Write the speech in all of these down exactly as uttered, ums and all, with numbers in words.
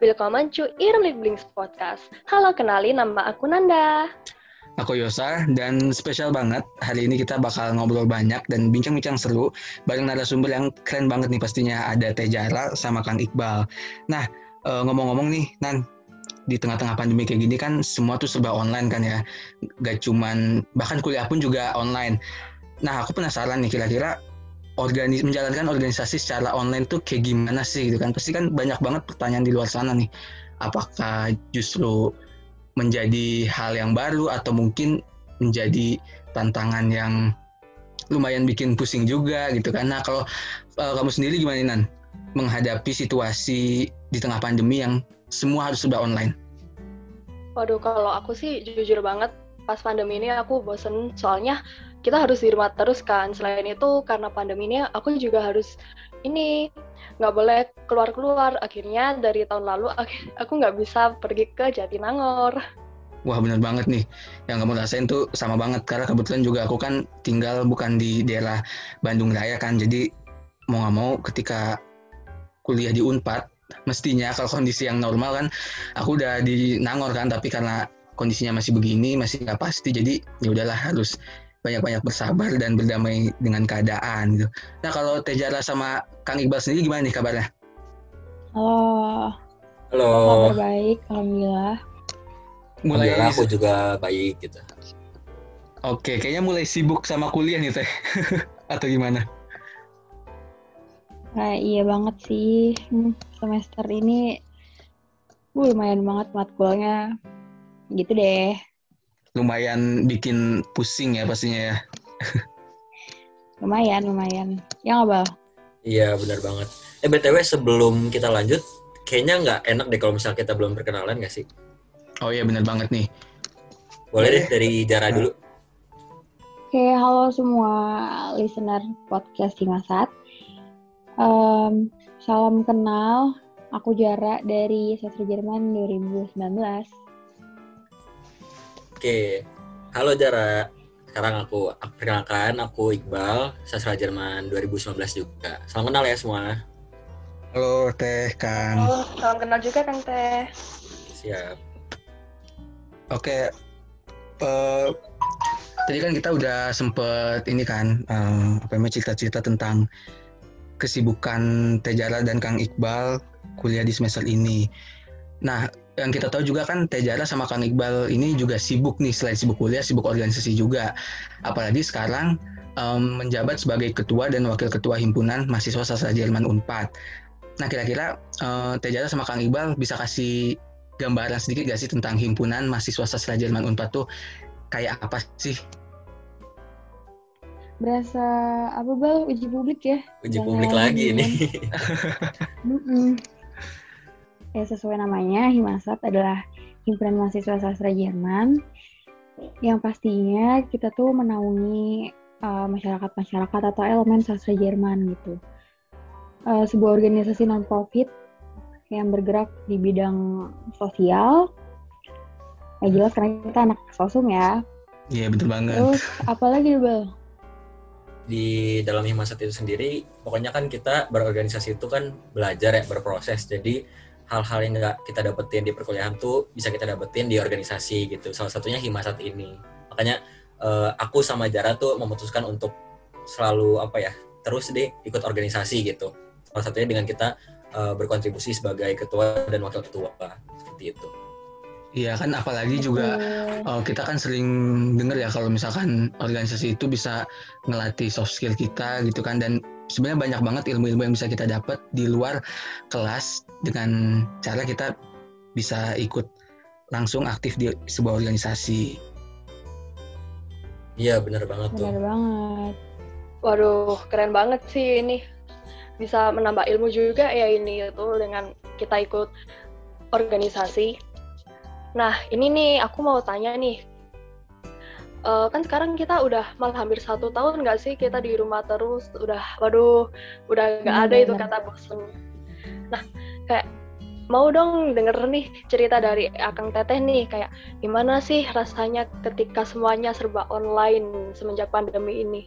Willkommen zu Ihrem Lieblingspodcast. Halo, kenalin nama aku Nanda. Aku Yosa, dan spesial banget hari ini kita bakal ngobrol banyak dan bincang-bincang seru bareng narasumber yang keren banget nih pastinya. Ada Teh Jara sama Kang Iqbal. Nah, e, ngomong-ngomong nih, Nan, di tengah-tengah pandemi kayak gini kan semua tuh serba online kan ya. Gak cuman, bahkan kuliah pun juga online. Nah, aku penasaran nih kira-kira organis menjalankan organisasi secara online tuh kayak gimana sih gitu kan. Pasti kan banyak banget pertanyaan di luar sana nih. Apakah justru menjadi hal yang baru atau mungkin menjadi tantangan yang lumayan bikin pusing juga gitu kan. Nah, kalau uh, kamu sendiri gimana Nan menghadapi situasi di tengah pandemi yang semua harus sudah online? Waduh, kalau aku sih jujur banget pas pandemi ini aku bosen, soalnya kita harus di rumah terus kan. Selain itu karena pandemi ini aku juga harus ini nggak boleh keluar-keluar. Akhirnya dari tahun lalu aku nggak bisa pergi ke Jatinangor. Wah, benar banget nih. Yang kamu rasain tuh sama banget. Karena kebetulan juga aku kan tinggal bukan di daerah Bandung Raya kan. Jadi mau nggak mau ketika kuliah di Unpad, mestinya kalau kondisi yang normal kan aku udah di Nangor kan. Tapi karena kondisinya masih begini, masih nggak pasti. Jadi ya udahlah, harus banyak-banyak bersabar dan berdamai dengan keadaan gitu. Nah, kalau Teh Jara sama Kang Iqbal sendiri gimana nih kabarnya? Halo. Halo. Kabar baik, alhamdulillah. Mulai Alhamdulillah aku juga baik gitu. Oke, kayaknya mulai sibuk sama kuliah nih Teh. Atau gimana? Nah, iya banget sih. Semester ini uh, lumayan banget matkulnya. Gitu deh. Lumayan bikin pusing ya pastinya ya. Lumayan, lumayan. Ya nggak, Bal? Iya, benar banget. Eh, B T W sebelum kita lanjut, kayaknya nggak enak deh kalau misalnya kita belum perkenalan nggak sih? Oh iya, benar banget nih. Boleh deh dari Jara dulu. Oke, halo semua listener podcast Himasat. Um, salam kenal, aku Jara dari Sastra Jerman dua ribu sembilan belas. Oke, halo Jara. Sekarang aku perkenalkan, aku Iqbal, Sastra Jerman dua ribu sembilan belas juga. Salam kenal ya semua. Halo Teh, Kang. Oh, salam kenal juga Kang Teh. Siap. Oke, uh, tadi kan kita udah sempet ini kan, uh, apa namanya cerita-cerita tentang kesibukan Teh Jara dan Kang Iqbal kuliah di semester ini. Nah, yang kita tahu juga kan Teh Jara sama Kang Iqbal ini juga sibuk nih, selain sibuk kuliah, sibuk organisasi juga. Apalagi sekarang um, menjabat sebagai ketua dan wakil ketua himpunan mahasiswa sastra Jerman Unpad. Nah, kira-kira uh, Teh Jara sama Kang Iqbal bisa kasih gambaran sedikit gak sih tentang himpunan mahasiswa sastra Jerman Unpad tuh kayak apa sih? Berasa apa, Bal? Uji publik ya? Uji Jangan publik lagi ini. Ya, sesuai namanya, Himasat adalah Himpunan Mahasiswa Sastra Jerman yang pastinya kita tuh menaungi uh, masyarakat-masyarakat atau elemen sastra Jerman gitu. Uh, sebuah organisasi non-profit yang bergerak di bidang sosial. Ya jelas karena kita anak sosum ya. Iya, betul banget. Terus apalagi, Bal? Di dalam Himasat itu sendiri, pokoknya kan kita berorganisasi itu kan belajar ya, berproses. Jadi hal-hal yang nggak kita dapetin di perkuliahan tuh bisa kita dapetin di organisasi gitu. Salah satunya Himasat ini. Makanya eh, aku sama Jara tuh memutuskan untuk selalu apa ya, terus deh ikut organisasi gitu. Salah satunya dengan kita uh, berkontribusi sebagai ketua dan wakil ketua seperti itu. Iya kan, apalagi juga uh, kita kan sering dengar ya kalau misalkan organisasi itu bisa ngelatih soft skill kita gitu kan, dan sebenarnya banyak banget ilmu-ilmu yang bisa kita dapat di luar kelas dengan cara kita bisa ikut langsung aktif di sebuah organisasi. Iya, benar banget tuh. Benar banget. Waduh, keren banget sih ini. Bisa menambah ilmu juga ya ini itu dengan kita ikut organisasi. Nah, ini nih aku mau tanya nih. Uh, kan sekarang kita udah malah hampir satu tahun nggak sih kita di rumah terus, udah waduh udah nggak ada itu kata bosen. Nah, kayak mau dong denger nih cerita dari Akang Teteh nih, kayak gimana sih rasanya ketika semuanya serba online semenjak pandemi ini,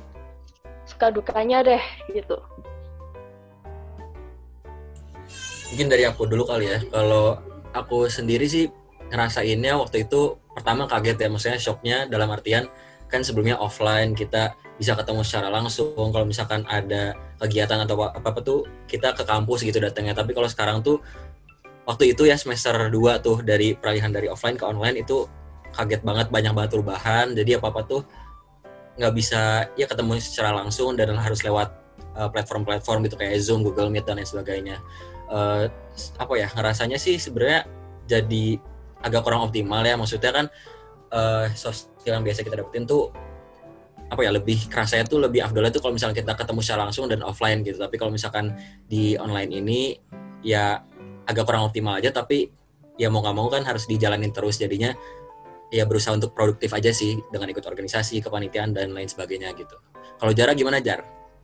suka dukanya deh gitu. Mungkin dari aku dulu kali ya. Kalau aku sendiri sih ngerasainnya waktu itu pertama kaget ya, maksudnya shocknya dalam artian kan sebelumnya offline kita bisa ketemu secara langsung, kalau misalkan ada kegiatan atau apa-apa tuh kita ke kampus gitu datangnya. Tapi kalau sekarang tuh waktu itu ya semester dua tuh dari peralihan dari offline ke online itu kaget banget, banyak banget perubahan. Jadi apa-apa tuh nggak bisa ya ketemu secara langsung dan harus lewat uh, platform-platform gitu kayak Zoom, Google Meet dan lain sebagainya. Uh, apa ya ngerasanya sih sebenarnya jadi agak kurang optimal ya, maksudnya kan uh, sosial yang biasa kita dapetin tuh apa ya lebih kerasanya tuh lebih afdolnya tuh kalau misalnya kita ketemu secara langsung dan offline gitu. Tapi kalau misalkan di online ini ya agak kurang optimal aja, tapi ya mau nggak mau kan harus dijalanin terus, jadinya ya berusaha untuk produktif aja sih dengan ikut organisasi, kepanitiaan dan lain sebagainya gitu. Kalau Jara gimana Jar?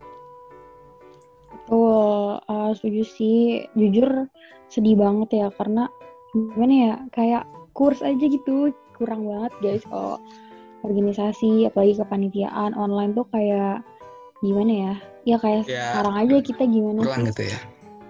Betul, uh, setuju sih. Jujur sedih banget ya karena gimana ya kayak kurs aja gitu, kurang banget guys kalau organisasi apalagi kepanitiaan online tuh kayak gimana ya? Ya kayak ya, sekarang aja kita gimana kurang gitu ya.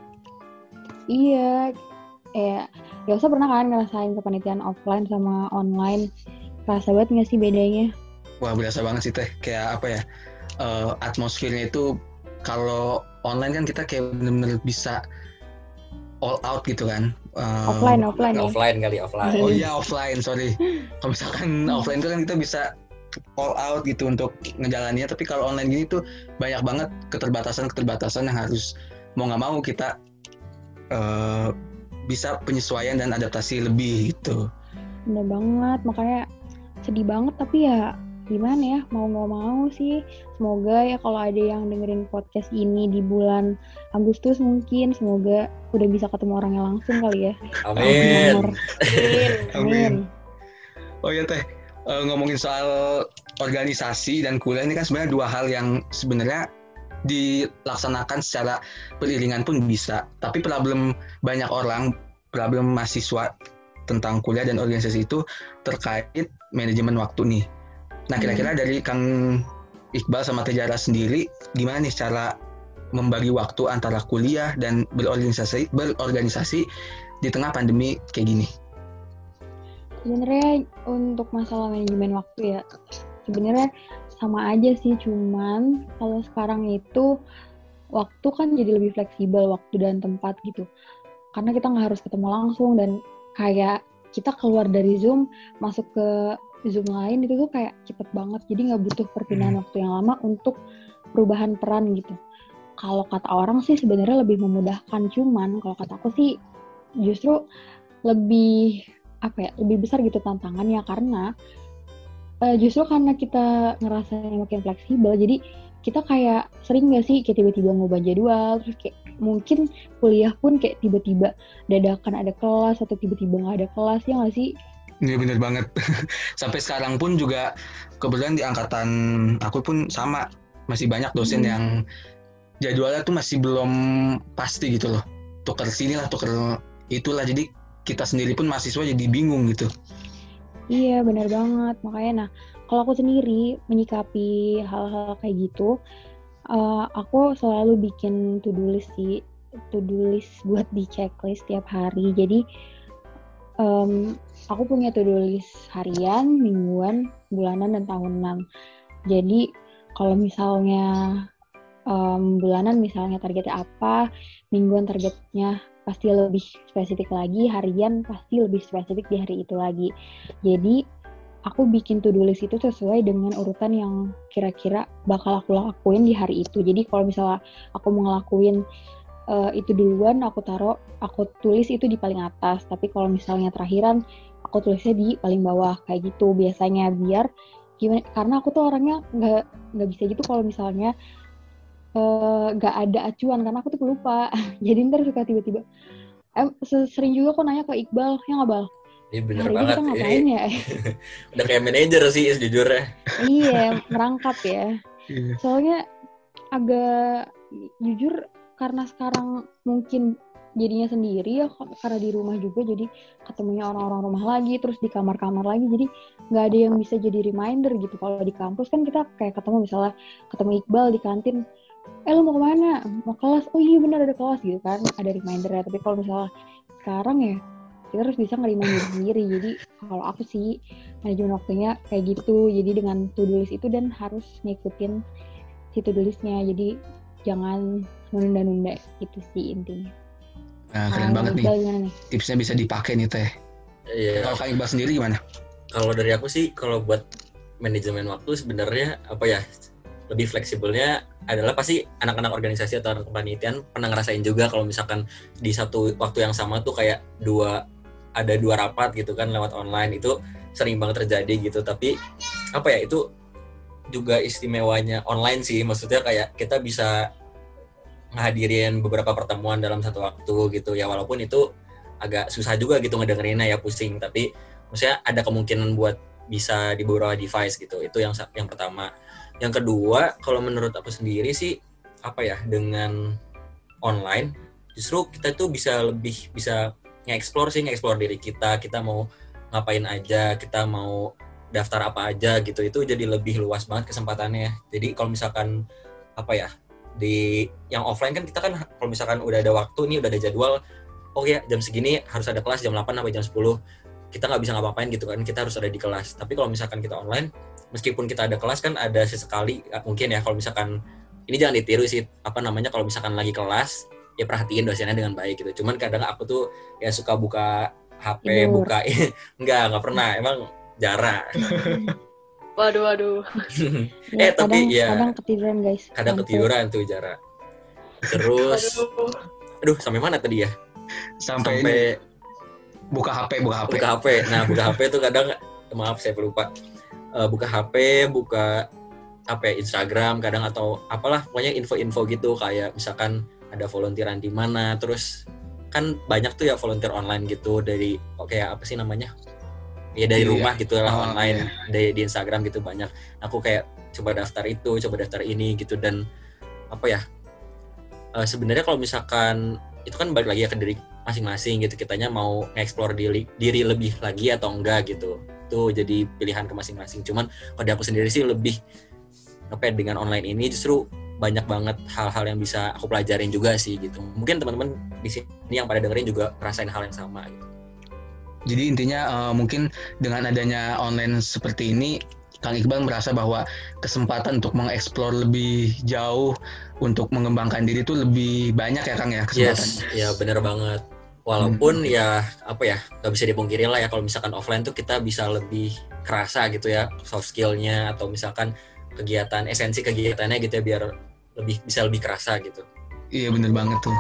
Iya, eh ya usah pernah kan ngerasain kepanitiaan offline sama online, kerasa banget nggak sih bedanya? Wah berasa banget sih teh, kayak apa ya, uh, atmosfernya itu kalau online kan kita kayak bener-bener bisa all out gitu kan. Uh, offline, offline ya? Offline kali, offline. Oh iya offline, sorry. Kalau misalkan offline itu kan kita bisa all out gitu untuk ngejalaninnya, tapi kalau online gini tuh banyak banget keterbatasan-keterbatasan yang harus mau nggak mau kita Uh, bisa penyesuaian dan adaptasi lebih gitu. Bener banget, makanya sedih banget tapi ya gimana ya, mau nggak mau sih. Semoga ya kalau ada yang dengerin podcast ini di bulan Agustus mungkin, semoga udah bisa ketemu orangnya langsung kali ya. Amin. Amin. Amin. Oh ya teh, uh, ngomongin soal organisasi dan kuliah ini kan sebenarnya dua hal yang sebenarnya dilaksanakan secara beriringan pun bisa, tapi problem banyak orang, problem mahasiswa tentang kuliah dan organisasi itu terkait manajemen waktu nih. Nah kira-kira dari Kang Iqbal sama Teh Jara sendiri gimana nih cara membagi waktu antara kuliah dan berorganisasi berorganisasi di tengah pandemi kayak gini? Sebenarnya untuk masalah manajemen waktu ya sebenarnya sama aja sih, cuman kalau sekarang itu waktu kan jadi lebih fleksibel, waktu dan tempat gitu. Karena kita nggak harus ketemu langsung dan kayak kita keluar dari Zoom, masuk ke Zoom lain itu tuh kayak cepet banget. Jadi nggak butuh perpindahan hmm. waktu yang lama untuk perubahan peran gitu. Kalau kata orang sih sebenarnya lebih memudahkan, cuman kalau kata aku sih justru lebih apa ya, lebih besar gitu tantangannya karena Uh, justru karena kita ngerasanya makin fleksibel, jadi kita kayak sering gak sih kayak tiba-tiba ngubah jadwal, terus kayak mungkin kuliah pun kayak tiba-tiba dadakan ada kelas atau tiba-tiba gak ada kelas, ya gak sih? Iya bener banget. Sampai sekarang pun juga kebetulan di angkatan aku pun sama, masih banyak dosen hmm. yang jadwalnya tuh masih belum pasti gitu loh. Tuker sini lah, tuker itulah, jadi kita sendiri pun mahasiswa jadi bingung gitu. Iya benar banget, makanya nah kalau aku sendiri menyikapi hal-hal kayak gitu, uh, aku selalu bikin to-do list sih, to-do list buat di checklist tiap hari. Jadi um, aku punya to-do list harian, mingguan, bulanan, dan tahunan. Jadi kalau misalnya um, bulanan misalnya targetnya apa, mingguan targetnya pasti lebih spesifik lagi, harian pasti lebih spesifik di hari itu lagi. Jadi aku bikin to-do list itu sesuai dengan urutan yang kira-kira bakal aku lakuin di hari itu. Jadi kalau misalnya aku mau ngelakuin uh, itu duluan, aku taruh, aku tulis itu di paling atas. Tapi kalau misalnya terakhiran, aku tulisnya di paling bawah kayak gitu biasanya, biar gimana? Karena aku tuh orangnya nggak nggak bisa gitu kalau misalnya nggak uh, ada acuan, karena aku tuh pelupa. Jadi ntar suka tiba-tiba eh, sering juga kok nanya ke Iqbal, ya nggak Bal? Iya bener hari banget ini kita ngapain ini ya? Udah kayak manajer sih sejujurnya. Iya, merangkap ya. Soalnya agak jujur karena sekarang mungkin jadinya sendiri ya, karena di rumah juga, jadi ketemunya orang-orang rumah lagi, terus di kamar-kamar lagi, jadi nggak ada yang bisa jadi reminder gitu. Kalau di kampus kan kita kayak ketemu, misalnya ketemu Iqbal di kantin, eh lo mau kemana? Mau kelas? Oh iya benar ada kelas gitu kan, ada reminder ya. Tapi kalau misalnya sekarang ya kita harus bisa nge-reminder sendiri. Jadi kalau aku sih manajemen waktunya kayak gitu. Jadi dengan to-do list itu dan harus ngikutin si to-do listnya. Jadi jangan menunda-nunda, itu sih intinya. Nah, keren Kalau banget nih. Iqbal gimana nih? Tipsnya bisa dipakai nih Teh. Iya. Kalau Kang Iqbal sendiri gimana? Kalau dari aku sih, kalau buat manajemen waktu sebenarnya apa ya, lebih fleksibelnya adalah pasti anak-anak organisasi atau anak kepanitiaan pernah ngerasain juga kalau misalkan di satu waktu yang sama tuh kayak dua ada dua rapat gitu kan lewat online, itu sering banget terjadi gitu. Tapi apa ya, itu juga istimewanya online sih, maksudnya kayak kita bisa ngehadirin beberapa pertemuan dalam satu waktu gitu ya, walaupun itu agak susah juga gitu ngedengerinnya ya, pusing, tapi maksudnya ada kemungkinan buat bisa di beberapa device gitu. Itu yang yang pertama. Yang kedua, kalau menurut aku sendiri sih apa ya, dengan online justru kita tuh bisa lebih bisa nge-explore sih, nge-explore diri kita, kita mau ngapain aja, kita mau daftar apa aja gitu, itu jadi lebih luas banget kesempatannya. Jadi kalau misalkan apa ya, di yang offline kan kita kan kalau misalkan udah ada waktu nih, udah ada jadwal, oh ya jam segini harus ada kelas jam delapan sampai jam sepuluh, kita nggak bisa ngapa-ngapain gitu kan, kita harus ada di kelas. Tapi kalau misalkan kita online, meskipun kita ada kelas kan ada sesekali mungkin ya, kalau misalkan ini jangan ditiru sih, apa namanya, kalau misalkan lagi kelas ya perhatiin dosennya dengan baik gitu. Cuman kadang aku tuh ya suka buka H P, Tidur. buka enggak enggak pernah, emang jarang. Waduh, waduh. Ya, eh tapi kadang, ya kadang ketiduran guys. kadang Sampai- ketiduran tuh Jara. Terus Waduh. aduh sampai mana tadi ya? Sampai, Sampai ini, buka H P, buka H P. buka H P. Nah, buka H P tuh kadang, maaf saya lupa. Uh, buka H P, buka apa ya, Instagram kadang, atau apalah pokoknya info-info gitu, kayak misalkan ada volunteeran di mana, terus kan banyak tuh ya volunteer online gitu dari oh, kayak apa sih namanya? Ya dari Iya. rumah gitu lah, Oh, online iya. di, di Instagram gitu banyak. Aku kayak coba daftar itu, coba daftar ini gitu, dan apa ya? Uh, sebenarnya kalau misalkan itu kan balik lagi ya ke diri masing-masing gitu, kitanya mau nge-explore diri, diri lebih lagi atau enggak gitu. Itu jadi pilihan ke masing-masing. Cuman kalau aku sendiri sih lebih apa ya, dengan online ini justru banyak banget hal-hal yang bisa aku pelajarin juga sih gitu. Mungkin teman-teman di sini yang pada dengerin juga ngerasain hal yang sama gitu. Jadi intinya uh, mungkin dengan adanya online seperti ini, Kang Iqbal merasa bahwa kesempatan untuk mengeksplor lebih jauh, untuk mengembangkan diri itu lebih banyak ya Kang ya kesempatannya. Yes, ya benar banget. Walaupun hmm. ya apa ya, nggak bisa dipungkiri lah ya, kalau misalkan offline tuh kita bisa lebih kerasa gitu ya soft skill-nya, atau misalkan kegiatan, esensi kegiatannya gitu ya, biar lebih bisa lebih kerasa gitu. Iya benar banget tuh.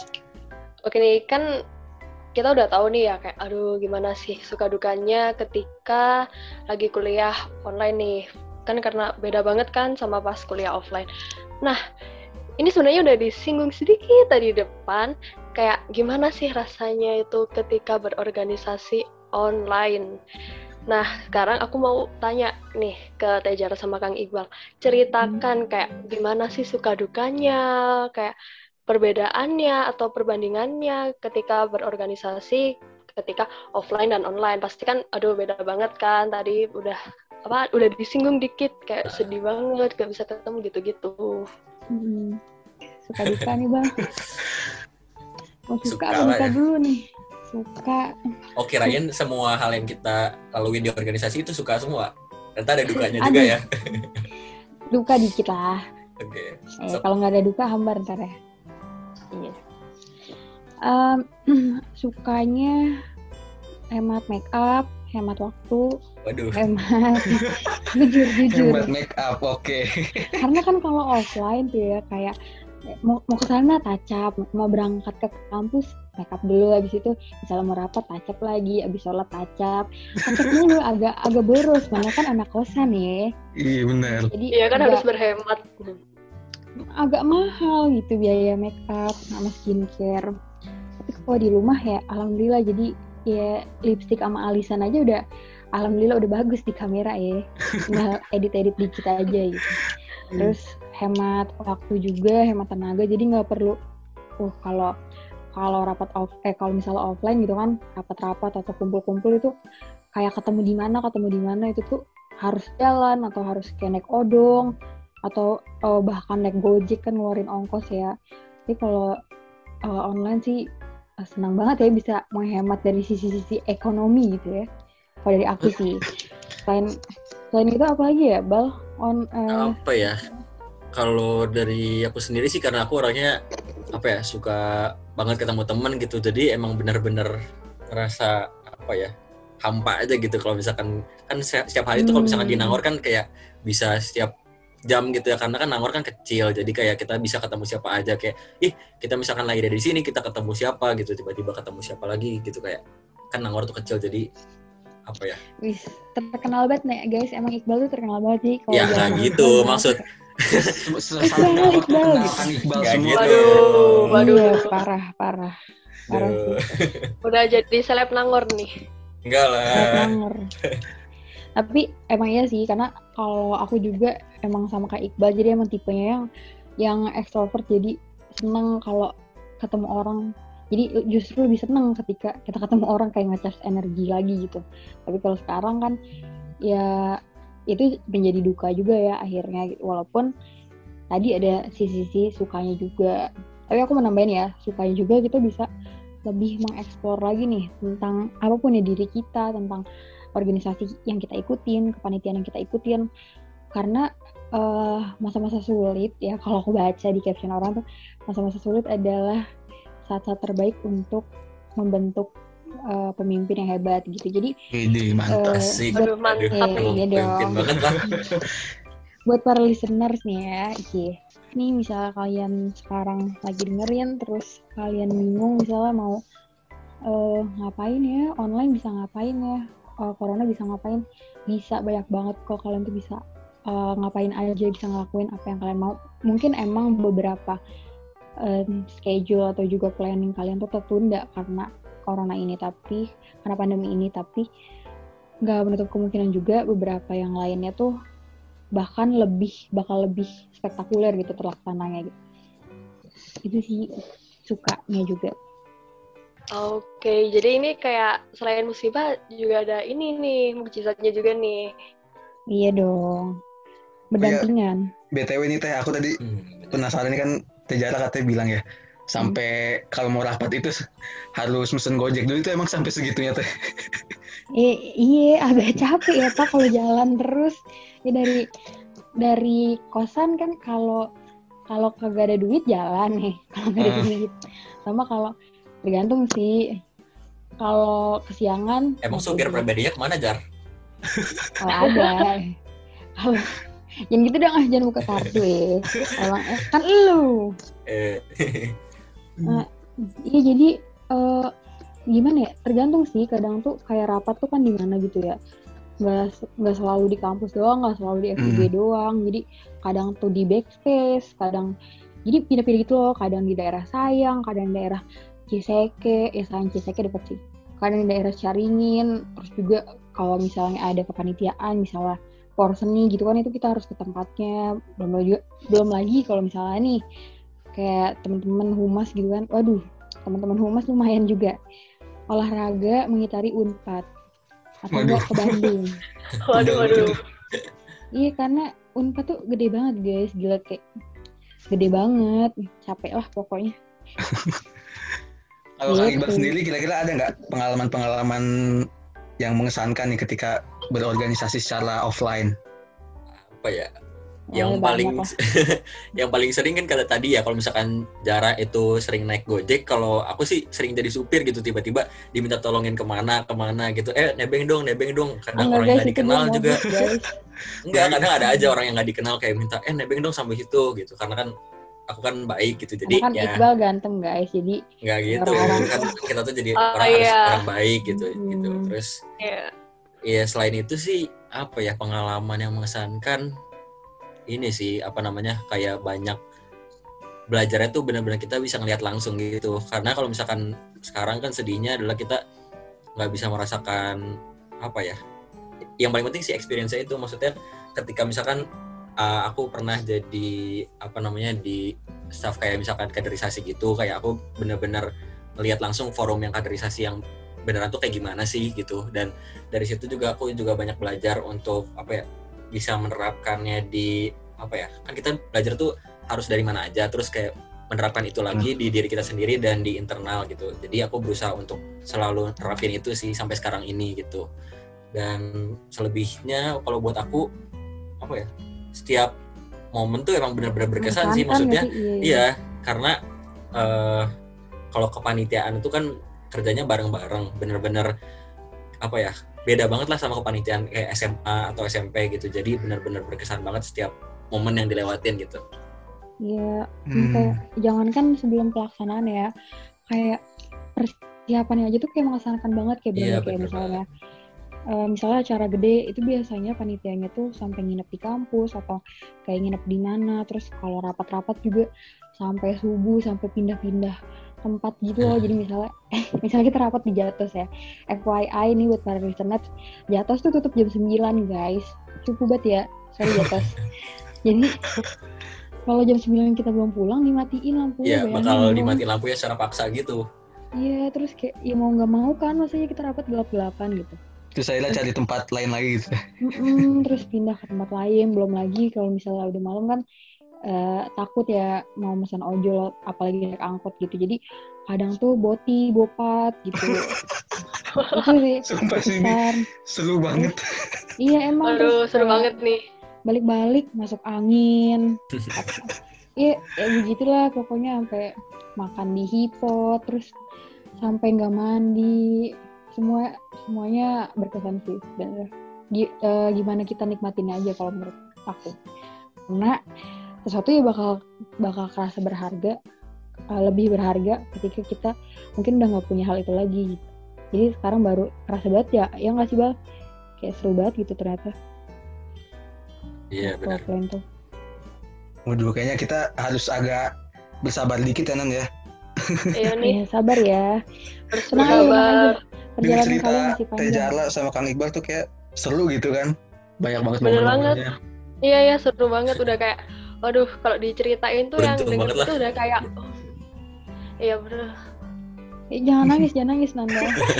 Oke nih, kan kita udah tahu nih ya kayak aduh gimana sih suka dukanya ketika lagi kuliah online nih. Kan karena beda banget kan sama pas kuliah offline. Nah, ini sebenarnya udah disinggung sedikit tadi di depan, kayak gimana sih rasanya itu ketika berorganisasi online. Nah, sekarang aku mau tanya nih ke Tejara sama Kang Iqbal. Ceritakan kayak gimana sih suka dukanya, kayak perbedaannya atau perbandingannya ketika berorganisasi, ketika offline dan online. Pasti kan aduh beda banget kan, tadi udah apa udah disinggung dikit, kayak sedih banget gak bisa ketemu gitu-gitu. Hmm. Suka duka nih Bang. Mau suka, Suka apa lah duka ya. dulu nih? Suka. Oh, kirain semua hal yang kita lalui di organisasi itu suka semua. Ternyata ada dukanya Aduh. juga ya. Duka dikit lah. Oke. Eh, So, kalau nggak ada duka hambar ntar ya. Iya. Um, sukanya hemat make up, hemat waktu, waduh. hemat jujur jujur. Hemat make up, oke. Karena kan kalau offline tuh ya kayak mau mau ke sana touch up, mau berangkat ke kampus make up dulu, habis itu misalnya mau rapat touch up lagi, habis sholat touch up, touch up dulu agak agak boros, mana kan anak kosan ya. Iya benar. Jadi Iya kan agak, harus berhemat. agak mahal gitu biaya make up sama skincare. Tapi kalau di rumah ya alhamdulillah, jadi ya lipstick sama alisan aja udah alhamdulillah udah bagus di kamera ya. Tinggal edit-edit dikit aja gitu. Terus hemat waktu juga, hemat tenaga, jadi nggak perlu uh kalau kalau rapat off eh kalau misalnya offline gitu kan, rapat-rapat atau kumpul-kumpul itu kayak ketemu di mana ketemu di mana itu tuh harus jalan atau harus kayak naik odong. atau uh, bahkan naik Gojek kan ngeluarin ongkos ya. Tapi kalau uh, online sih uh, senang banget ya bisa menghemat dari sisi-sisi ekonomi gitu ya. Kalau dari aku sih. Selain selain itu apa lagi ya, Bal? On uh, apa ya? Kalau dari aku sendiri sih karena aku orangnya apa ya suka banget ketemu teman gitu. Jadi emang benar-benar ngerasa apa ya hampa aja gitu kalau misalkan kan setiap hari itu hmm. kalau misalkan di Nangor kan kayak bisa setiap jam gitu ya karena kan Nangor kan kecil jadi kayak kita bisa ketemu siapa aja kayak ih kita misalkan lagi dari sini kita ketemu siapa gitu tiba-tiba ketemu siapa lagi gitu kayak kan Nangor tuh kecil jadi apa ya wis terkenal banget nih guys emang Iqbal tuh terkenal banget sih kalau ya nggak gitu Iqbal, maksud Iqbal Iqbal Iqbal semua waduh waduh iya, parah parah parah sih udah jadi seleb Nangor nih enggak lah tapi emang iya sih karena kalau aku juga emang sama kayak Iqbal jadi emang tipenya yang yang ekstrovert jadi seneng kalau ketemu orang jadi justru lebih seneng ketika kita ketemu orang kayak ngecas energi lagi gitu tapi kalau sekarang kan ya itu menjadi duka juga ya akhirnya gitu. Walaupun tadi ada sisi-sisi sukanya juga tapi aku mau nambahin ya sukanya juga kita bisa lebih mengeksplor lagi nih tentang apapun ya diri kita, tentang organisasi yang kita ikutin, kepanitiaan yang kita ikutin. Karena uh, masa-masa sulit ya kalau aku baca di caption orang tuh masa-masa sulit adalah saat-saat terbaik untuk membentuk uh, pemimpin yang hebat gitu. Jadi ini mantap sih. Uh, Aduh mantap nih. Iya dong. Buat para listeners nih ya, iya. Nih misalnya kalian sekarang lagi dengerin terus kalian bingung misalnya mau uh, ngapain ya online bisa ngapain ya uh, corona bisa ngapain bisa banyak banget kok kalian tuh bisa uh, ngapain aja bisa ngelakuin apa yang kalian mau mungkin emang beberapa um, schedule atau juga planning kalian tuh tertunda karena corona ini tapi karena pandemi ini tapi nggak menutup kemungkinan juga beberapa yang lainnya tuh bahkan lebih bakal lebih spektakuler gitu terlaksananya gitu. Itu sih sukanya juga. Oke, jadi ini kayak selain musibah juga ada ini nih mukjizatnya juga nih. Iya dong. Berdampingan. Oh ya, B T W nih teh aku tadi hmm. penasaran kan Tejara katanya bilang ya sampai hmm. kalau mau rapat itu harus mesen Gojek dulu itu emang sampai segitunya teh. I- iya agak capek ya Pak kalau jalan terus ya dari dari kosan kan kalau kalau kagak ada duit jalan nih kalau nggak ada uh. duit sama kalau tergantung sih kalau kesiangan emang supir pribadinya kemana Jar? Kalau ada kalau yang gitu dong ah jangan buka kartu ya emang eh, kan lu eh. Nah, iya jadi uh, gimana ya tergantung sih kadang tuh kayak rapat tuh kan di mana gitu ya nggak nggak selalu di kampus doang nggak selalu di F I B mm. doang jadi kadang tuh di backspace kadang jadi pindah-pindah gitu loh kadang di daerah Sayang kadang di daerah Ciseke ya Sayang Ciseke deket sih kadang di daerah Caringin terus juga kalau misalnya ada kepanitiaan misalnya porseni gitu kan itu kita harus ke tempatnya belum lagi belum lagi kalau misalnya nih kayak teman-teman humas gitu kan waduh teman-teman humas lumayan juga olahraga mengitari Unpad atau enggak ke Bandung. Waduh waduh. Iya karena Unpad tuh gede banget guys, gila kayak gede banget, capek lah pokoknya. Kalau Kang Iqbal sendiri kira-kira ada nggak pengalaman-pengalaman yang mengesankan nih ketika berorganisasi secara offline? Apa ya? Yang oh, paling yang paling sering kan kata tadi ya kalau misalkan Jara itu sering naik Gojek kalau aku sih sering jadi supir gitu tiba-tiba diminta tolongin kemana kemana gitu eh nebeng dong nebeng dong kadang oh, orang yang nggak dikenal juga enggak kadang ada aja orang yang nggak dikenal kayak minta eh nebeng dong sampai situ gitu karena kan aku kan baik gitu jadi kan ya Iqbal ganteng guys jadi nggak gitu kan kita tuh jadi uh, orang yeah. harus orang baik gitu hmm. gitu terus yeah. ya selain itu sih apa ya pengalaman yang mengesankan ini sih apa namanya kayak banyak belajarnya tuh benar-benar kita bisa ngelihat langsung gitu karena kalau misalkan sekarang kan sedihnya adalah kita nggak bisa merasakan apa ya yang paling penting sih experience-nya itu maksudnya ketika misalkan uh, aku pernah jadi apa namanya di staff kayak misalkan kaderisasi gitu kayak aku benar-benar melihat langsung forum yang kaderisasi yang beneran tuh kayak gimana sih gitu dan dari situ juga aku juga banyak belajar untuk apa ya bisa menerapkannya di apa ya, kan kita belajar tuh harus dari mana aja, terus kayak menerapkan itu lagi di diri kita sendiri dan di internal gitu. Jadi aku berusaha untuk selalu terapin itu sih sampai sekarang ini gitu. Dan selebihnya kalau buat aku apa ya, setiap momen tuh emang benar-benar berkesan sih, maksudnya iya, iya karena uh, kalau kepanitiaan itu kan kerjanya bareng-bareng, benar-benar apa ya, beda banget lah sama kepanitiaan kayak S M A atau S M P gitu. Jadi benar-benar berkesan banget setiap momen yang dilewatin gitu. Iya, hmm. kayak jangankan sebelum pelaksanaan ya, kayak persiapannya aja tuh kayak mengesankan banget, kayak bener, yeah, kayak misalnya uh, misalnya acara gede itu biasanya panitianya tuh sampai nginep di kampus atau kayak nginep di mana, terus kalau rapat-rapat juga sampai subuh, sampai pindah-pindah tempat gitu loh. Jadi misalnya eh misalnya kita rapat di Jatos ya, F Y I nih buat para listeners, Jatos tuh tutup jam sembilan guys, cukup banget ya, sorry Jatos. Jadi kalau jam sembilan kita belum pulang, dimatiin lampunya. Iya, bakal dimatiin lampunya secara paksa gitu. Iya, terus kayak ya mau nggak mau kan, maksudnya kita rapat gelap-gelapan gitu. Terus saya lah cari tempat lain lagi gitu. Mm-mm, terus pindah ke tempat lain, belum lagi kalau misalnya udah malam kan uh, takut ya mau pesan ojol, apalagi naik angkot gitu. Jadi kadang tuh boti, bopat gitu. Itu sih. Sumpah sih ini seru banget. Iya emang. Aduh, seru banget nih. Balik-balik masuk angin. Iya, ya begitulah pokoknya, sampai makan di hipot, terus sampai nggak mandi, semua semuanya berkesan sih. Dan G- uh, gimana kita nikmatin aja kalau menurut aku. Karena sesuatu ya bakal bakal kerasa berharga, uh, lebih berharga ketika kita mungkin udah nggak punya hal itu lagi. Gitu. Jadi sekarang baru kerasa banget ya, ya nggak sih Bal? Kayak seru banget gitu ternyata. Iya benar. Waduh, kayaknya kita harus agak bersabar dikit ya Nan ya. Iya nih. Ya, sabar ya. Bersabar. Dengan cerita Teh Jala sama Kang Iqbal tuh kayak seru gitu kan. Banyak banget bener banget. Iya ya, seru banget. Udah kayak, waduh kalau diceritain tuh Beruntung yang denger tuh udah kayak, oh, iya bener. Eh, jangan nangis, jangan nangis Nanda.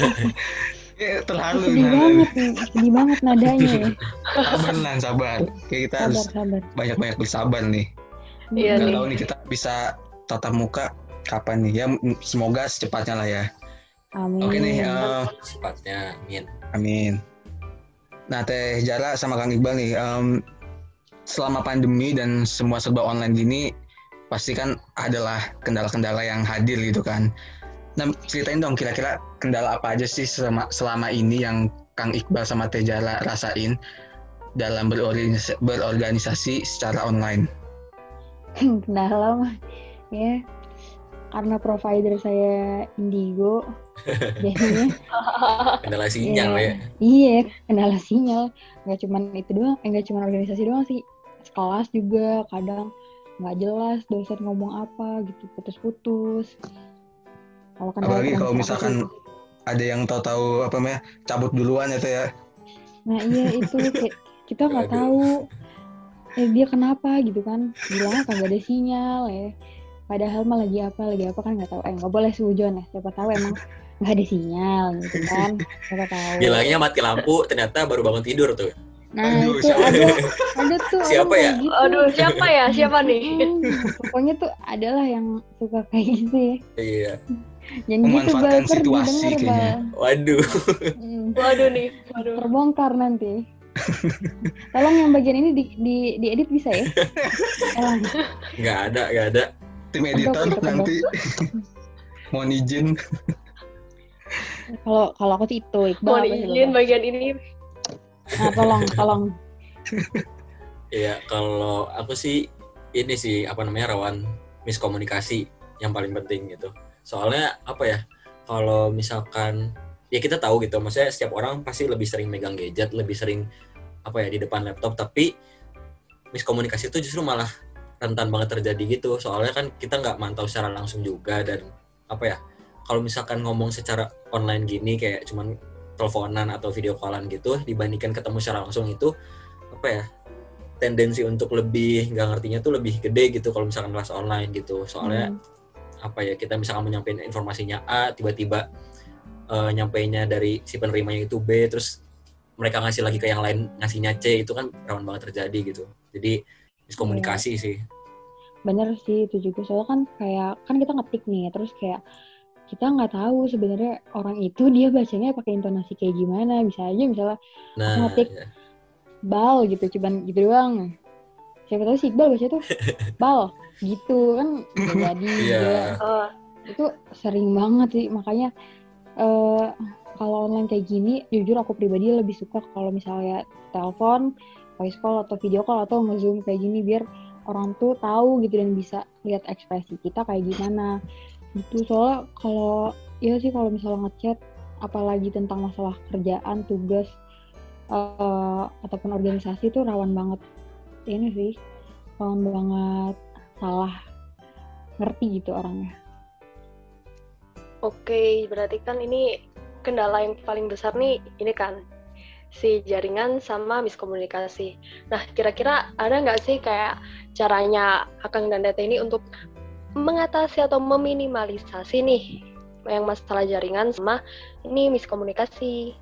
Ya, terhalu. Sedih nah. banget nih, sedih banget nadanya. Sabar Nan, sabar. Kayak kita sabar, harus sabar. banyak-banyak bersabar nih. Iya Gak nih. tahu nih kita bisa tatap muka kapan nih? Ya semoga secepatnya lah ya. Amin. Oke nih. Uh, secepatnya, amin. Amin. Nah Teh Jala sama Kang Iqbal nih, um, selama pandemi dan semua serba online gini, pasti kan adalah kendala-kendala yang hadir gitu kan. Nah, ceritain dong kira-kira kendala apa aja sih selama, selama ini yang Kang Iqbal sama Teh Jala rasain dalam berorganisasi, berorganisasi secara online? Kendala mah ya karena provider saya Indigo jadinya kendala sinyal ya, ya. Iya, kendala sinyal. Nggak cuma itu doang, eh, nggak cuma organisasi doang sih. Kelas juga kadang nggak jelas dosen ngomong apa gitu, putus-putus. Kalau apalagi kalau misalkan itu ada yang tahu-tahu apa namanya cabut duluan ya Teh ya. Nah iya itu kayak kita nggak tahu eh dia kenapa gitu kan, bilangnya kagak ada sinyal ya. Padahal mah lagi apa lagi apa kan nggak tahu. Eh nggak boleh seujon ya. Siapa tahu emang nggak ada sinyal gitu kan. Siapa tahu. Bilangnya mati lampu, ternyata baru bangun tidur tuh. Nah aduh, itu ada ada tuh siapa ya? Gitu. Aduh siapa ya siapa nih? Hmm, pokoknya tuh adalah yang suka kayak gitu ya. Iya. Jadi gitu Bal, situasi kayaknya. Waduh. Hmm. Waduh nih. Waduh. Terbongkar nanti. Tolong yang bagian ini di di diedit bisa ya? Tolong. Nggak ada, nggak ada. Tim editor Kedok, nanti mohon izin. Kalau kalau aku sih itu Iqbal. Mohon izin bagian ini. Nah, tolong, tolong. Iya, kalau aku sih ini sih apa namanya rawan miskomunikasi yang paling penting gitu. Soalnya apa ya? Kalau misalkan ya kita tahu gitu, maksudnya setiap orang pasti lebih sering megang gadget, lebih sering apa ya di depan laptop, tapi miskomunikasi itu justru malah rentan banget terjadi gitu. Soalnya kan kita nggak mantau secara langsung juga, dan apa ya? Kalau misalkan ngomong secara online gini kayak cuman teleponan atau video callan gitu, dibandingkan ketemu secara langsung itu apa ya, tendensi untuk lebih nggak ngertinya tuh lebih gede gitu kalau misalkan kelas online gitu. Soalnya hmm. apa ya, kita misalkan menyampaikan informasinya A, tiba-tiba uh, nyampainya dari si penerimanya itu B, terus mereka ngasih lagi ke yang lain ngasihnya C, itu kan rawan banget terjadi gitu. Jadi miskomunikasi Iya. sih. Bener sih itu juga, soalnya kan kayak kan kita ngetik nih, terus kayak kita nggak tahu sebenarnya orang itu dia bacanya pakai intonasi kayak gimana. Bisa aja misalnya aku Nah, ngetik ya. bal gitu, cuman gitu doang. Siapa tahu si Iqbal baca tuh bal gitu kan, bisa jadi Iya. juga. Oh, Itu sering banget sih, makanya eh, kalau online kayak gini, jujur aku pribadi lebih suka kalau misalnya telepon, voice call atau video call atau nge-zoom kayak gini, biar orang tuh tahu gitu dan bisa lihat ekspresi kita kayak gimana gitu. Soalnya kalau ya sih kalau misalnya ngechat apalagi tentang masalah kerjaan, tugas eh, ataupun organisasi tuh rawan banget ini sih, rawan banget salah ngerti gitu orangnya. oke, berarti kan ini kendala yang paling besar nih, ini kan si jaringan sama miskomunikasi. Nah, kira-kira ada nggak sih kayak caranya Akang dan Teteh ini untuk mengatasi atau meminimalisasi nih yang masalah jaringan sama ini miskomunikasi?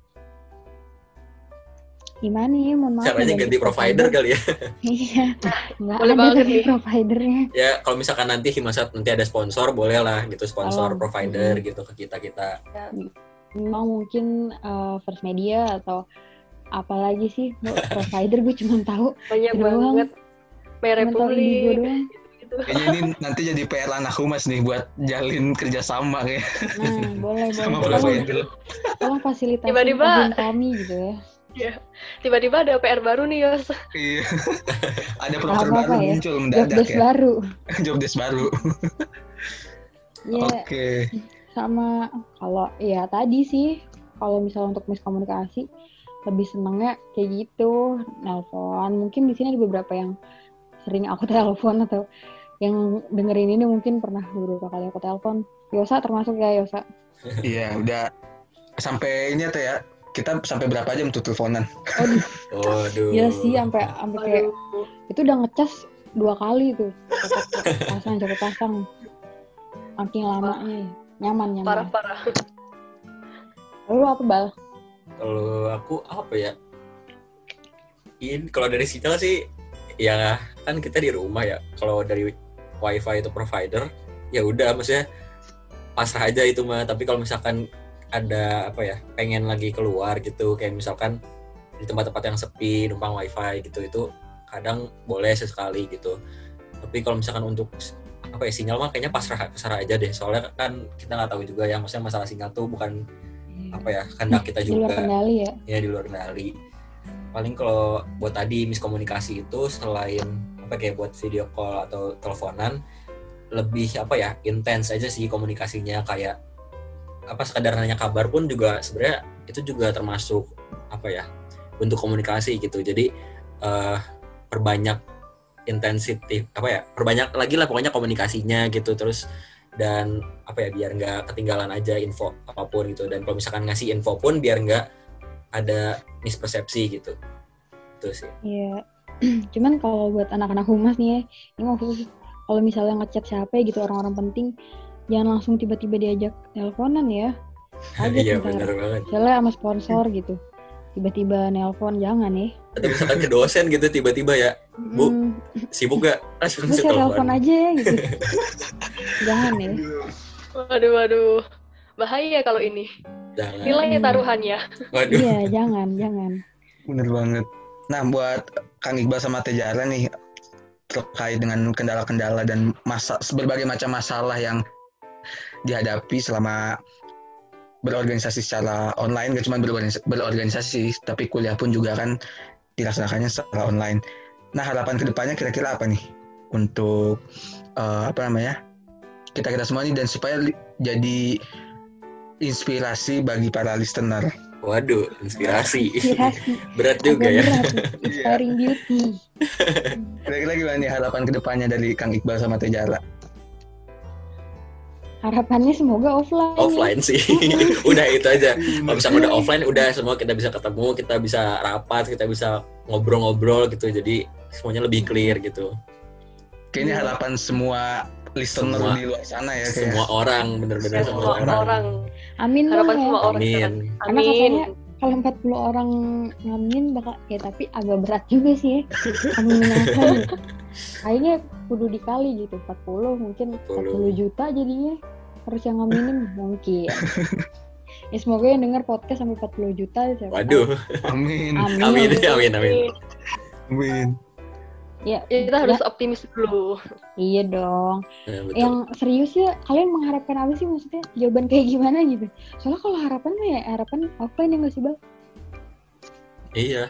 Gimana nih, mohon maaf. Caranya ganti provider kali ya. Iya, nggak boleh ada banget tapi nih. providernya. Ya kalau misalkan nanti Himasat nanti ada sponsor, boleh lah gitu sponsor Oh, provider mm. gitu ke kita-kita. Memang mungkin uh, First Media atau apalagi sih provider, gue cuma tahu Banyak doang. banget. Merah Cuma tahu Indigo Republik. doang. Gitu. Kayaknya ini nanti jadi P R anak humas nih buat jalin kerjasama kayak Nah, boleh sama boleh. Tolong, provider. tolong fasilitasi Tiba-tiba- hubung kami gitu ya. Ya. Tiba-tiba ada P R baru nih, Yos. Iya. Ada proker Apa-apa baru ya. muncul Job mendadak desk ya. baru. Job desk baru. Iya, Oke. sama kalau ya tadi sih, kalau misalnya untuk miskomunikasi lebih senangnya kayak gitu, nelpon. Mungkin di sini ada beberapa yang sering aku telepon atau yang dengerin ini mungkin pernah beberapa kali aku telepon. Yosa termasuk ya, Yosa. Iya, udah sampai ini atau ya. Kita sampai berapa jam tuh teleponan? Oh, Waduh. iya sih, sampai sampai kayak Aduh. itu udah ngecas dua kali tuh. Cepet pasang, cepet pasang. Saking lamanya, nyaman nyaman. Parah-parah. Lalu apa Bal? Kalau aku apa ya? In kalau dari sinyal sih ya kan kita di rumah ya. Kalau dari wifi itu provider ya udah maksudnya pasrah aja itu mah. Tapi kalau misalkan ada apa ya pengen lagi keluar gitu kayak misalkan di tempat-tempat yang sepi numpang wifi gitu itu kadang boleh sesekali gitu. Tapi kalau misalkan untuk apa ya sinyal mah kayaknya pasrah pasrah aja deh, soalnya kan kita nggak tahu juga ya maksudnya masalah sinyal tuh bukan apa ya kehendak kita Di luar juga kendali ya. ya di luar kendali. Paling kalau buat tadi miskomunikasi itu selain apa kayak buat video call atau teleponan lebih apa ya intens aja sih komunikasinya, kayak apa sekadar nanya kabar pun juga sebenarnya itu juga termasuk apa ya bentuk komunikasi gitu. Jadi uh, perbanyak intensity apa ya perbanyak lagi lah pokoknya komunikasinya gitu, terus dan apa ya biar nggak ketinggalan aja info apapun gitu, dan kalau misalkan ngasih info pun biar nggak ada mispersepsi gitu itu sih. Iya. Cuman kalau buat anak-anak humas nih ya, ini mau khusus kalau misalnya ngechat siapa ya gitu orang-orang penting, jangan langsung tiba-tiba diajak teleponan ya. Kaget Iya ntar. benar banget. Misalnya sama sponsor gitu, tiba-tiba nelpon, jangan ya. Atau misalkan ke dosen gitu tiba-tiba ya, Bu, Hmm, sibuk gak? Langsung gue saya telepon aja ya gitu. Jangan ya. Waduh, waduh. Bahaya kalau ini. Jangan. Nilai taruhannya. Waduh. Iya, jangan, jangan. Bener banget. Nah, buat Kang Iqbal sama Teh Zahra nih terkait dengan kendala-kendala dan masa berbagai macam masalah yang dihadapi selama berorganisasi secara online, gak cuma berorganisasi, berorganisasi tapi kuliah pun juga kan dilaksanakannya secara online. Nah, harapan kedepannya kira-kira apa nih untuk uh, apa namanya kita kita semua nih, dan supaya li- jadi inspirasi bagi para listener. Waduh, inspirasi. Inspirasi. Berat juga Agak ya. berat nih. Inspiring beauty. Kira-kira gimana nih harapan kedepannya dari Kang Iqbal sama Teh Zahra? Harapannya semoga offline. ya. Offline sih. Udah itu aja. Kalau misalnya udah offline, udah semua kita bisa ketemu, kita bisa rapat, kita bisa ngobrol-ngobrol gitu. Jadi semuanya lebih clear gitu. Kayaknya harapan semua listener Semua- di luar sana ya kayak. Semua orang, bener-bener Ya, semua semua orang. orang. Amin lah Harapan ya. semua orang. Amin. Karena Amin. katanya kalau empat puluh orang ngamin bakal ya, tapi agak berat juga sih ya. Ngamin gitu. Kayaknya kudu dikali gitu, empat puluh mungkin empat puluh juta jadinya harus yang ngaminin mungkin. Ya semoga yang dengar podcast sampai empat puluh juta. Waduh. Amin. Amin. Amin. Amin. Amin. Amin. Ya, kita harus ya. optimis dulu. Iya dong. Ya, betul. Yang serius ya, kalian mengharapkan apa sih, maksudnya jawaban kayak gimana gitu? Soalnya kalau harapan mah ya harapan offline ya nggak sih, Bang? Iya.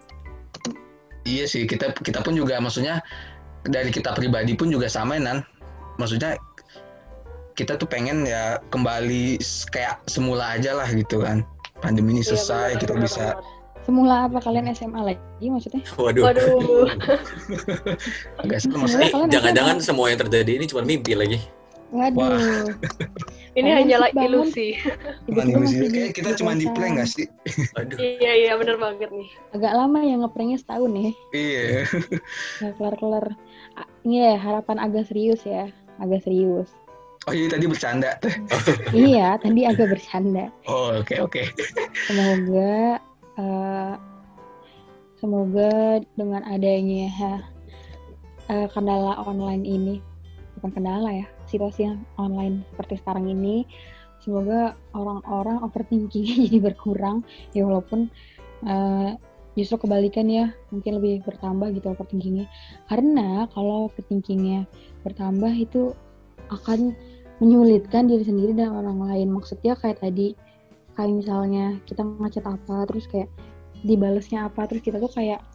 Iya sih, kita kita pun juga maksudnya dari kita pribadi pun juga sama Nan. Maksudnya kita tuh pengen ya kembali kayak semula aja lah gitu kan. Pandemi ini selesai, iya, bener, kita bener bisa banget. Semula apa kalian S M A lagi maksudnya? Waduh. Waduh. agak serem Sebenarnya maksudnya. Eh, kalian jangan-jangan S M A. semua yang terjadi ini cuma mimpi lagi. Waduh. Wah. Ini Kalian hanyalah sih bangun, ilusi. tiba-tiba Cuman masih ilusi. di- Kayak kita cuma di kosan. play nggak sih? Waduh. Iya iya bener banget nih. Agak lama ya ngepranknya setahun ya. Iya. Nggak kelar-kelar. Ah, Ini ya harapan agak serius ya, agak serius. Oh iya tadi bercanda. Iya, tadi agak bercanda. Oh oke oke. Semoga eh, semoga dengan adanya eh, kendala online ini, bukan kendala ya, situasi yang online seperti sekarang ini, semoga orang-orang overthinkingnya jadi berkurang ya, walaupun eh, justru kebalikan ya, mungkin lebih bertambah gitu overthinkingnya. Karena kalau overthinkingnya bertambah itu akan menyulitkan diri sendiri dan orang lain. Maksudnya kayak tadi, kayak misalnya kita ngechat apa terus kayak dibalesnya apa, terus kita tuh kayak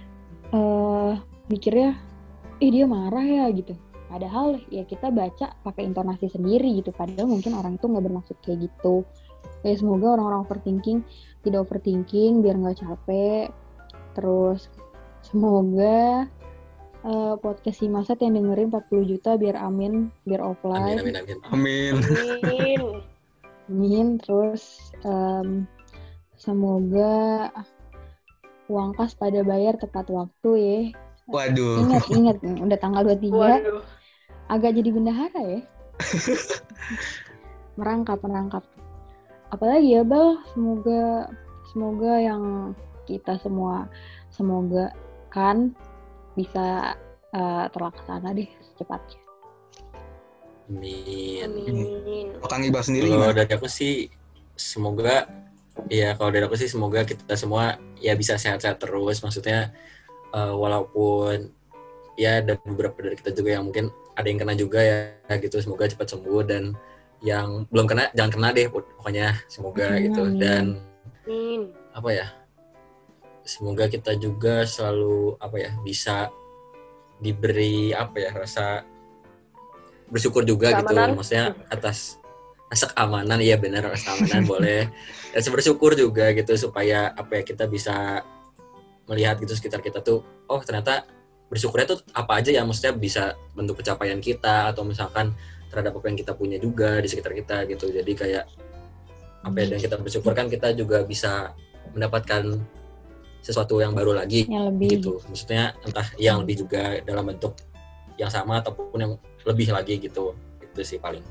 uh, mikirnya ih dia marah ya gitu, padahal ya kita baca pakai intonasi sendiri gitu, padahal mungkin orang itu nggak bermaksud kayak gitu. Ya semoga orang-orang overthinking tidak overthinking biar nggak capek. Terus semoga uh, podcast Himasat yang dengerin empat puluh juta biar amin, biar Amin. offline. Amin. Amin. Amin. Amin. Amin. Terus um, semoga uang kas pada bayar tepat waktu ya. Waduh. Ingat, ingat, udah tanggal dua puluh tiga. Waduh. Agak jadi bendahara ya. merangkap, merangkap. Apalagi ya, Bal, semoga semoga yang kita semua semoga kan bisa uh, terlaksana deh secepatnya. Amin. Amin. Kang Iqbal sendiri Kalau gimana? dari aku sih semoga ya kalau dari aku sih semoga kita semua ya bisa sehat-sehat terus, maksudnya uh, walaupun ya ada beberapa dari kita juga yang mungkin ada yang kena juga ya gitu, semoga cepat sembuh, dan yang belum kena jangan kena deh pokoknya, semoga Amin. gitu. Dan Amin. apa ya, semoga kita juga selalu apa ya bisa diberi apa ya rasa bersyukur juga Keamanan. gitu, maksudnya atas rasa keamanan. Iya benar, rasa keamanan boleh, dan bersyukur juga gitu supaya apa ya kita bisa melihat gitu sekitar kita tuh, oh ternyata bersyukurnya tuh apa aja ya, maksudnya bisa bentuk pencapaian kita atau misalkan terhadap apa yang kita punya juga di sekitar kita gitu. Jadi kayak apa ya, dan kita bersyukur kan kita juga bisa mendapatkan sesuatu yang baru lagi Yang lebih gitu, maksudnya entah yang lebih juga dalam bentuk yang sama ataupun yang lebih lagi gitu. Itu sih paling.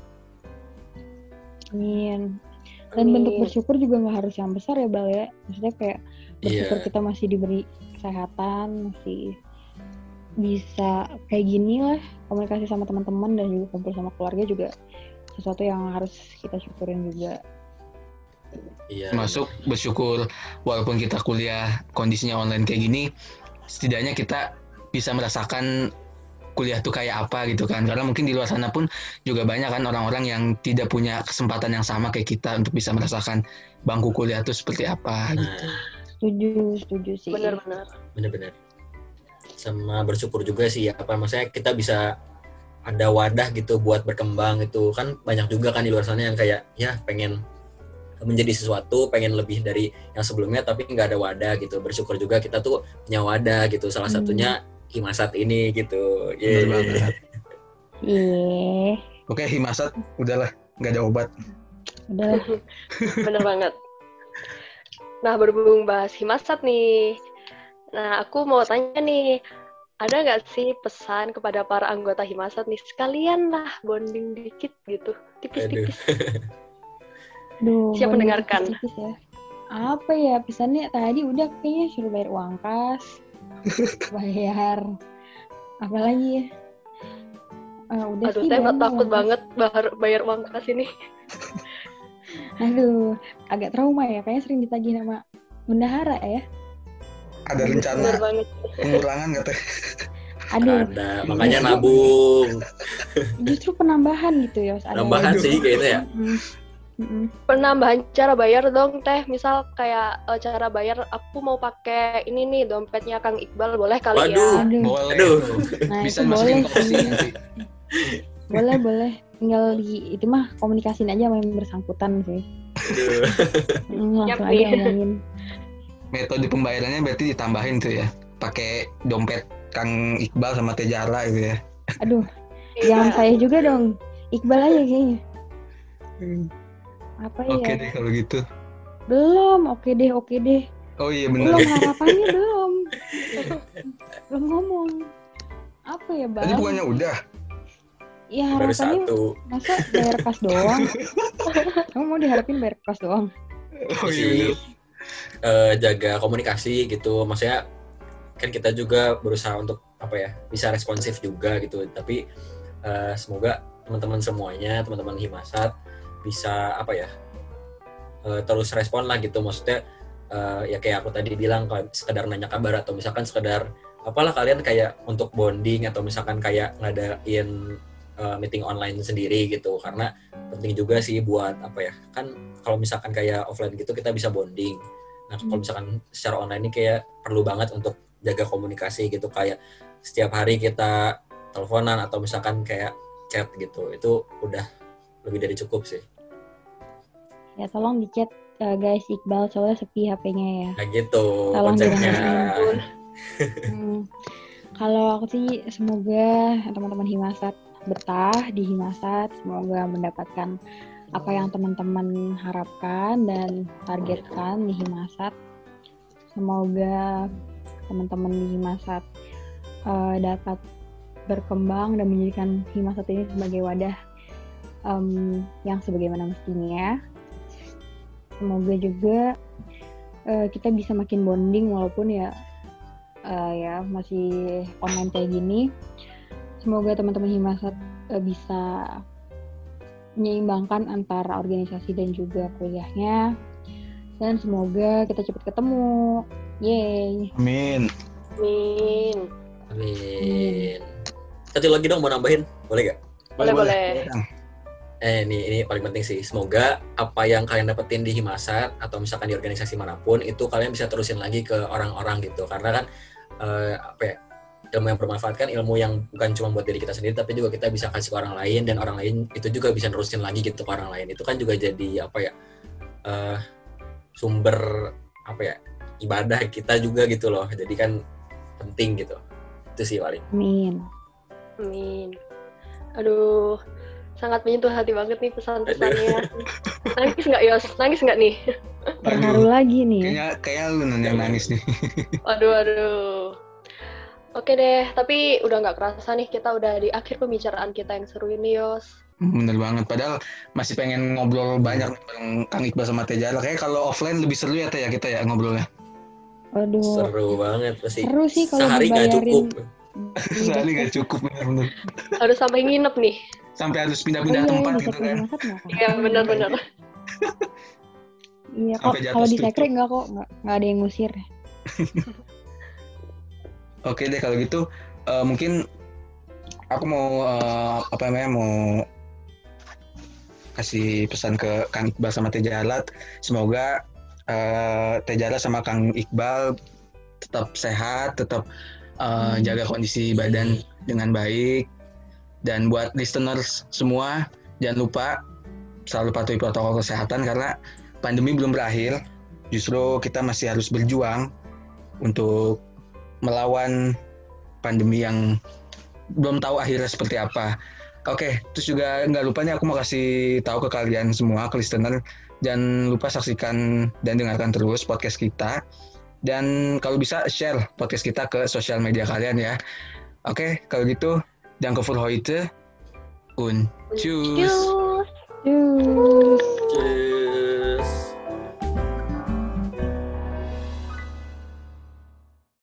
Amin. Dan Amin. bentuk bersyukur juga nggak harus yang besar ya, Bal ya. Maksudnya kayak bersyukur Iya. kita masih diberi kesehatan, masih bisa kayak gini lah, komunikasi sama teman-teman dan juga kumpul sama keluarga juga sesuatu yang harus kita syukurin juga. Iya. Masuk bersyukur walaupun kita kuliah kondisinya online kayak gini, setidaknya kita bisa merasakan kuliah tuh kayak apa gitu kan, karena mungkin di luar sana pun juga banyak kan orang-orang yang tidak punya kesempatan yang sama kayak kita untuk bisa merasakan bangku kuliah tuh seperti apa gitu. Nah, Setuju, setuju sih. Benar-benar. benar-benar. Sama bersyukur juga sih apa, maksudnya kita bisa ada wadah gitu buat berkembang gitu kan. Banyak juga kan di luar sana yang kayak ya pengen menjadi sesuatu, pengen lebih dari yang sebelumnya tapi nggak ada wadah gitu. Bersyukur juga kita tuh punya wadah gitu, salah Hmm. satunya Himasat ini gitu. Bener Yeay. banget. Iya, Oke, Himasat udahlah, nggak ada obat. udah. Bener banget. Nah, berhubung bahas Himasat nih. Nah, aku mau tanya nih, ada nggak sih pesan kepada para anggota Himasat nih? Sekalian lah bonding dikit gitu, tipis-tipis. Duh, Siap bonding mendengarkan. tipis-tipis ya. Apa ya pesannya tadi udah kayaknya suruh bayar uang kas, bayar apa lagi ya? Uh, udah Aduh, sih. teh bayar takut uang banget bayar, bayar uang kas ini. kas. Aduh, agak trauma ya. Kayaknya sering ditagih nama bendahara ya. Ada rencana Bener banget. pengurangan nggak teh? Aduh, Ada, makanya nabung. justru penambahan gitu ya. Ada Nambahan lagi. sih kayaknya ya. Mm-mm. Mm-mm. Penambahan cara bayar dong teh, misal kayak uh, cara bayar aku mau pakai ini nih dompetnya Kang Iqbal, boleh kali Waduh. ya? Aduh. Boleh. Aduh. tuh. Nah, Bisa itu dimasukin boleh ke opsi sih. nanti. Boleh, boleh. Tinggal di itu mah komunikasiin aja sama yang bersangkutan sih. Aduh. Mm, langsung Siap aja nih. ngomongin. Metode pembayarannya berarti ditambahin tuh ya. Pakai dompet Kang Iqbal sama Teh Jara gitu ya. Aduh, Iya. jangan saya juga dong. Iqbal aja kayaknya. Apa ya? Oke deh kalau gitu. Belum, oke deh, oke deh. Oh iya Belum benar. harapannya belum. Belum ngomong. Apa ya, Bang? Tadi bukannya udah. Ya Baru harapannya satu. masa bayar kas doang. Kamu mau diharapin bayar kas doang? Oh iya sih benar. eh, jaga komunikasi gitu, maksudnya kan kita juga berusaha untuk apa ya, bisa responsif juga gitu, tapi eh, semoga teman-teman semuanya, teman-teman Himasat bisa apa ya, eh, terus respon lah gitu, maksudnya eh, ya kayak aku tadi bilang, kalau sekedar nanya kabar atau misalkan sekedar apalah kalian kayak untuk bonding atau misalkan kayak ngadain uh, meeting online sendiri gitu, karena penting juga sih buat apa ya, kan kalau misalkan kayak offline gitu kita bisa bonding. Nah kalau misalkan secara online ini kayak perlu banget untuk jaga komunikasi gitu, kayak setiap hari kita teleponan atau misalkan kayak chat gitu, itu udah lebih dari cukup sih. Ya tolong di chat uh, guys Iqbal, soalnya sepi H P-nya ya. Kayak gitu Tolong konsepnya. didengerin. Hmm. Kalau aku sih semoga teman-teman Himasat betah di Himasat, semoga mendapatkan apa yang teman-teman harapkan dan targetkan di Himasat. Semoga teman-teman di Himasat uh, dapat berkembang dan menjadikan Himasat ini sebagai wadah um, yang sebagaimana mestinya. Semoga juga uh, kita bisa makin bonding walaupun ya uh, ya masih online kayak gini. Semoga teman-teman Himasat uh, bisa menyeimbangkan antara organisasi dan juga kuliahnya, dan semoga kita cepat ketemu. Yeay. Amin. Amin. Amin. Satu lagi dong mau nambahin, boleh gak? Boleh, boleh. Eh ini ini paling penting sih. Semoga apa yang kalian dapetin di Himasat atau misalkan di organisasi manapun itu kalian bisa terusin lagi ke orang-orang gitu. Karena kan eh, apa ya, ilmu yang bermanfaat kan ilmu yang bukan cuma buat diri kita sendiri, tapi juga kita bisa kasih ke orang lain, dan orang lain itu juga bisa nerusin lagi gitu ke orang lain. Itu kan juga jadi apa ya, eh, sumber apa ya, ibadah kita juga gitu loh. Jadi kan penting gitu. Itu sih paling. Amin. Amin. Aduh, sangat menyentuh hati banget nih pesan-pesannya. Nangis nggak Yos? Nangis nggak nih? Terharu lagi nih. Kayaknya kayak lu yang nangis nih. Aduh, aduh. Oke deh, tapi udah nggak kerasa nih kita udah di akhir pembicaraan kita yang seru ini, Yos. Bener banget, padahal masih pengen ngobrol banyak bareng Kang Iqbal sama Teh Jara. Kayak kalau offline lebih seru ya Teh ya kita ya ngobrolnya. Aduh. Seru banget pasti. Seru sih kalau sehari nggak dibayarin. cukup. Sehari nggak cukup, bener-bener. Harus sampai nginep nih. Sampai harus Oh pindah-pindah iya, tempat di gitu sekre kan. Himasat nggak kan? Iya, benar-benar. Iya kok, Sampai jatuh kalau di studio. sekre nggak kok, nggak nggak ada yang ngusir. Oke deh kalau gitu, eh, mungkin aku mau eh, apa namanya mau kasih pesan ke Kang Iqbal sama Teh Jara. Semoga eh, Teh Jara sama Kang Iqbal tetap sehat, tetap eh, Hmm. jaga kondisi badan dengan baik. Dan buat listeners semua, jangan lupa selalu patuhi protokol kesehatan karena pandemi belum berakhir. Justru kita masih harus berjuang untuk melawan pandemi yang belum tahu akhirnya seperti apa. Oke, terus juga nggak lupa nih aku mau kasih tahu ke kalian semua, ke listener, jangan lupa saksikan dan dengarkan terus podcast kita. Dan kalau bisa share podcast kita ke sosial media kalian ya. Oke, kalau gitu, danke für heute und tschüss. Tschüss. Tschüss.